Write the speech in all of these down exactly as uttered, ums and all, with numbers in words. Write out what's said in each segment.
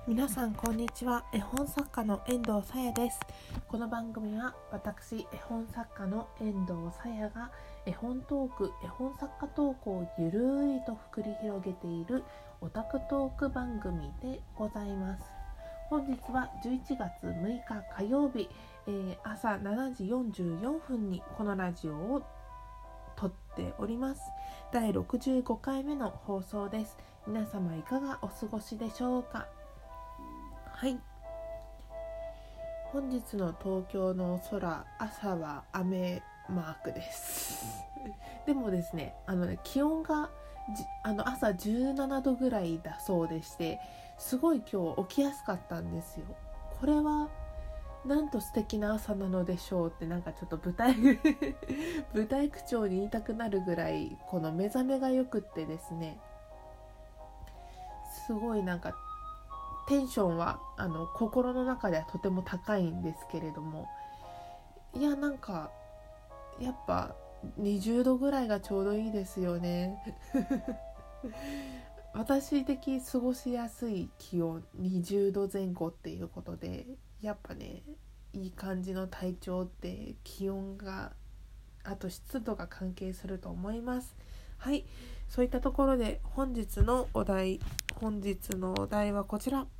皆さんこんにちは。絵本作家の遠藤さやです。この番組は私絵本作家の遠藤さやが絵本トーク、絵本作家トークをゆるりと繰り広げているオタクトーク番組でございます。本日はじゅういちがつむいか火曜日、えー、朝しちじよんじゅうよんぷんにこのラジオを撮っております。だいろくじゅうごかいめの放送です。皆様いかがお過ごしでしょうか。はい、本日の東京の空、朝は雨マークですでもですね、あのね気温がじあの朝じゅうななどぐらいだそうでして、すごい今日起きやすかったんですよ。これはなんと素敵な朝なのでしょうって、なんかちょっと舞台舞台口調に言いたくなるぐらいこの目覚めがよくってですね、すごいなんかテンションはあの心の中ではとても高いんですけれども、いやなんかやっぱにじゅうどぐらいがちょうどいいですよね私的過ごしやすい気温にじゅうどぜん後っていうことで、やっぱねいい感じの体調って気温が、あと湿度が関係すると思います。はい、そういったところで本日のお題本日のお題はこちら、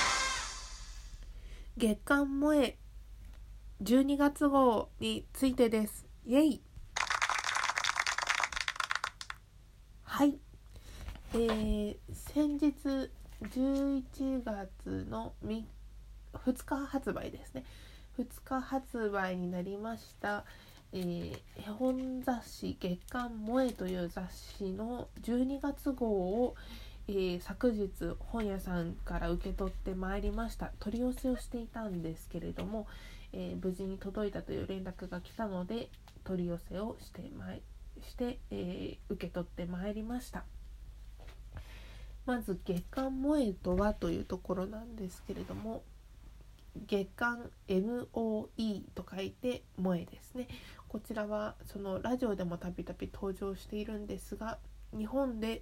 月刊萌えじゅうにがつ号についてです。イエイ。はい、えー、先日じゅういちがつのふつか発売ですね。ふつか発売になりました、えー、絵本雑誌月刊萌えという雑誌のじゅうにがつ号を、えー、昨日本屋さんから受け取ってまいりました。取り寄せをしていたんですけれども、えー、無事に届いたという連絡が来たので取り寄せをしてまいして、えー、受け取ってまいりました。まず月刊萌えとはというところなんですけれども、月刊 エムオーイー と書いて萌えですね。こちらはそのラジオでもたびたび登場しているんですが、日本で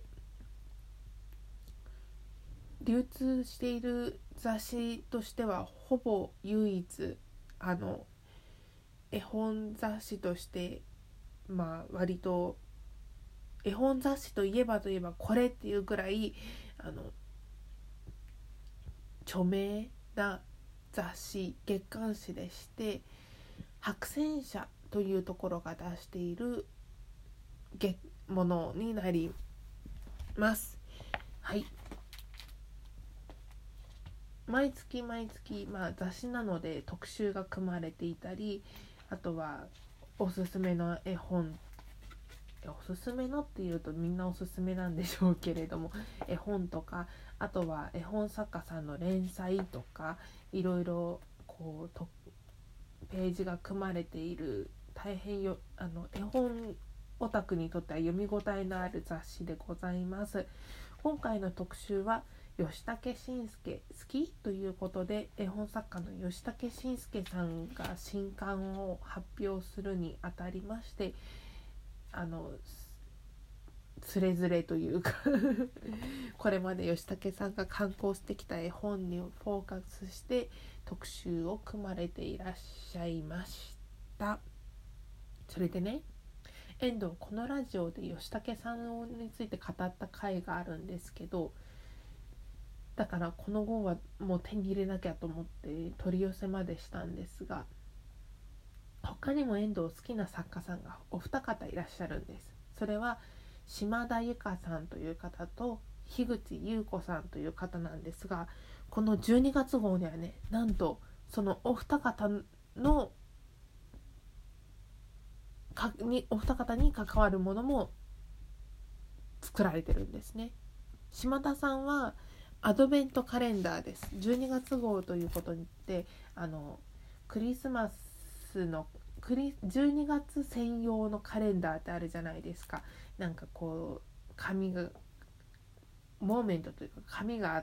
流通している雑誌としてはほぼ唯一、あの絵本雑誌としてまあ割と絵本雑誌といえばといえばこれっていうぐらいあの著名な雑誌月刊誌でして、白泉社というところが出しているものになります。はい、毎月毎月、まあ、雑誌なので特集が組まれていたり、あとはおすすめの絵本、おすすめのっていうとみんなおすすめなんでしょうけれども、絵本とか、あとは絵本作家さんの連載とか、いろいろこうとページが組まれている、大変よあの絵本オタクにとっては読み応えのある雑誌でございます。今回の特集は吉武慎介好きということで、絵本作家の吉武慎介さんが新刊を発表するにあたりまして、あのつれづれというかこれまで吉武さんが刊行してきた絵本にフォーカスして特集を組まれていらっしゃいました。それでね、遠藤このラジオで吉武さんについて語った回があるんですけど、だからこの号はもう手に入れなきゃと思って取り寄せまでしたんですが、他にも遠藤好きな作家さんがお二方いらっしゃるんです。それは島田由香さんという方と樋口優子さんという方なんですが、このじゅうにがつ号にはね、なんとそのお二方のかにお二方に関わるものも作られてるんですね。島田さんはアドベントカレンダーです。じゅうにがつ号ということによって、あのクリスマスのクリじゅうにがつ専用のカレンダーってあるじゃないですか。なんかこう紙がモーメントというか紙があって、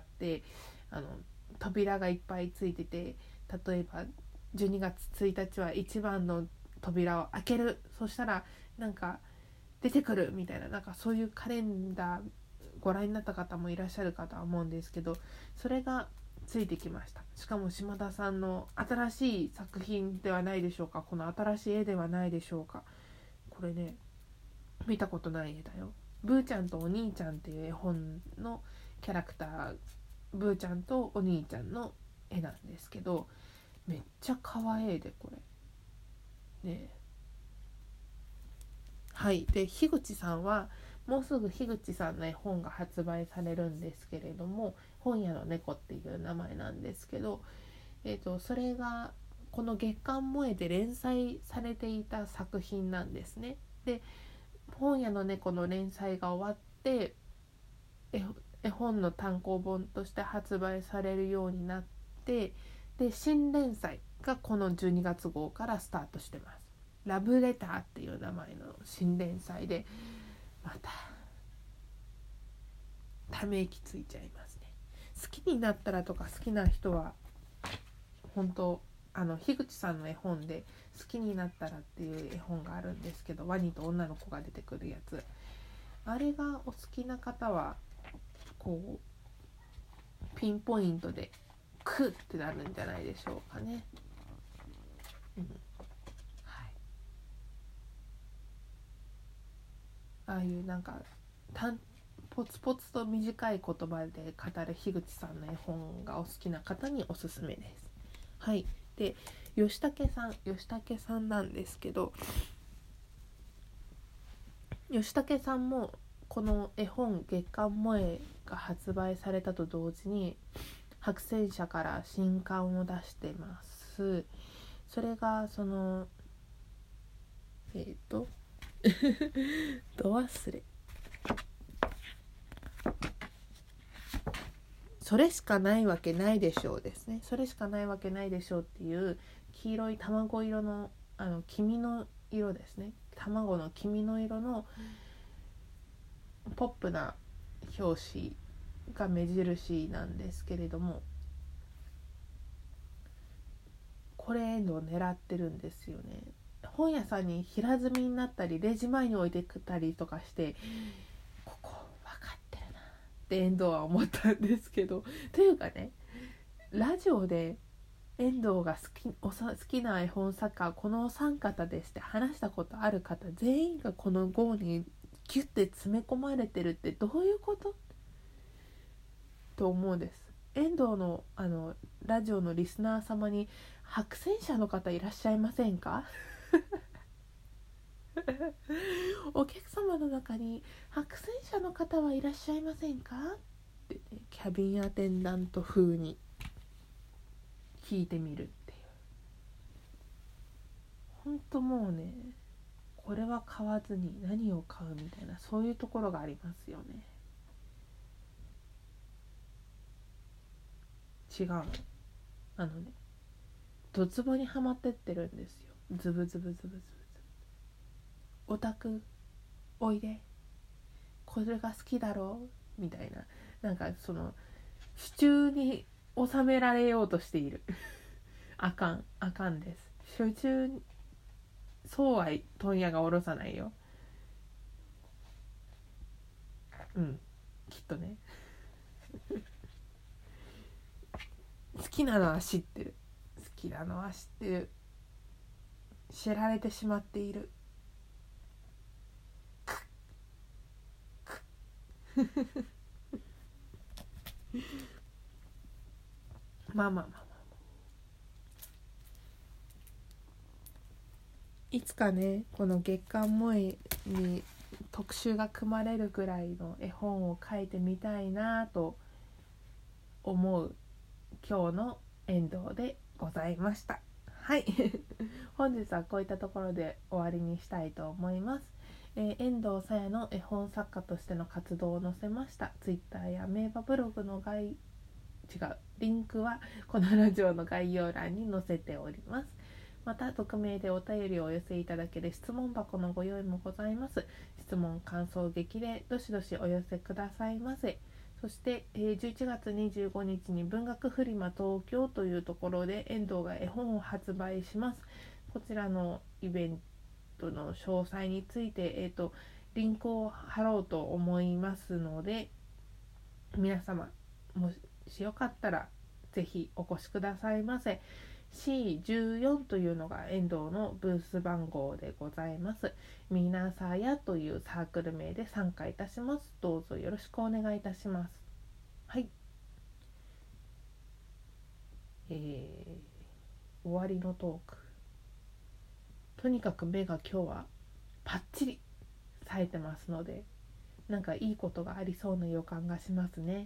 あの扉がいっぱいついてて、例えばじゅうにがつついたちはいちばんの扉を開ける、そしたらなんか出てくるみたいな、なんかそういうカレンダーご覧になった方もいらっしゃるかとは思うんですけど、それがついてきました。しかも島田さんの新しい作品ではないでしょうか。この新しい絵ではないでしょうか。これね、見たことない絵だよ。ブーちゃんとお兄ちゃんっていう絵本のキャラクター、ブーちゃんとお兄ちゃんの絵なんですけど、めっちゃ可愛いでこれね。はい。で樋口さんはもうすぐ樋口さんの絵本が発売されるんですけれども、本屋の猫っていう名前なんですけど、えーと、それがこの月刊萌えで連載されていた作品なんですね。で本屋の猫の連載が終わって絵絵本の単行本として発売されるようになって、で新連載がこのじゅうにがつ号からスタートしてます。ラブレターっていう名前の新連載で、またため息ついちゃいますね。好きになったらとか好きな人は本当あの樋口さんの絵本で好きになったらっていう絵本があるんですけど、ワニと女の子が出てくるやつ、あれがお好きな方はこうピンポイントでクッってなるんじゃないでしょうかね。うん、はい。ああいうなんか単ポツポツと短い言葉で語る樋口さんの絵本がお好きな方におすすめです。はい。で吉武さん吉武さんなんですけど、吉武さんもこの絵本月刊萌えが発売されたと同時に白泉社から新刊を出してます。それがそのえっ、ー、とど忘れそれしかないわけないでしょうですね。それしかないわけないでしょうっていう黄色い卵色のあの黄身の色ですね。卵の黄身の色のポップな表紙が目印なんですけれども、これエンドを狙ってるんですよね。本屋さんに平積みになったりレジ前に置いてきたりとかして、ここ分かってるなって遠藤は思ったんですけど、というかね、ラジオで遠藤が好き、おさ好きな絵本作家このお三方ですって話したことある方全員がこの号にギュッて詰め込まれてるってどういうことと思うんです。遠藤のあのラジオのリスナー様に白泉社の方いらっしゃいませんかお客様の中に白泉社の方はいらっしゃいませんかって、ね、キャビンアテンダント風に聞いてみるっていう。ほんともうね、これは買わずに何を買うみたいな、そういうところがありますよね。違うの、あのね、ドツボにはまってってるんですよ。ズブズブズブズブズブ。オタクおいで、これが好きだろうみたいな、なんかその手中に収められようとしているあかんあかんです。手中そうは問屋が下ろさないよ。うんきっとね好きなのは知ってる好きなのは知ってる知られてしまっているまあまあまあまあいつかね、この月刊萌えに特集が組まれるくらいの絵本を描いてみたいなと思う今日の遠藤でございました。はい本日はこういったところで終わりにしたいと思います。えー、遠藤さやの絵本作家としての活動を載せましたツイッターや名馬ブログの概違うリンクはこのラジオの概要欄に載せております。また匿名でお便りをお寄せいただける質問箱のご用意もございます。質問、感想、激励どしどしお寄せくださいませ。そして、えー、じゅういちがつにじゅうごにちに文学フリマ東京というところで遠藤が絵本を発売します。こちらのイベントの詳細について、えーと、リンクを貼ろうと思いますので、皆様もしよかったらぜひお越しくださいませ。 シーじゅうよん というのが遠藤のブース番号でございます。みなさやというサークル名で参加いたします。どうぞよろしくお願いいたします。はい、えー、終わりのトーク。とにかく目が今日はパッチリ冴えてますので、なんかいいことがありそうな予感がしますね。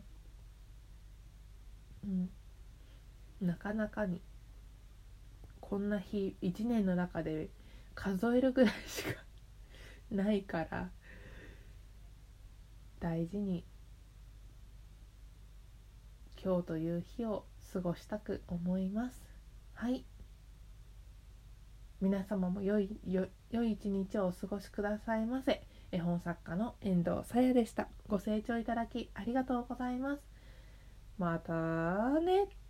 うん、なかなかにこんな日いちねんの中で数えるぐらいしかないから、大事に今日という日を過ごしたく思います。はい、皆様も良いよ良い一日をお過ごしくださいませ。絵本作家の遠藤さやでした。ご清聴いただきありがとうございます。またね。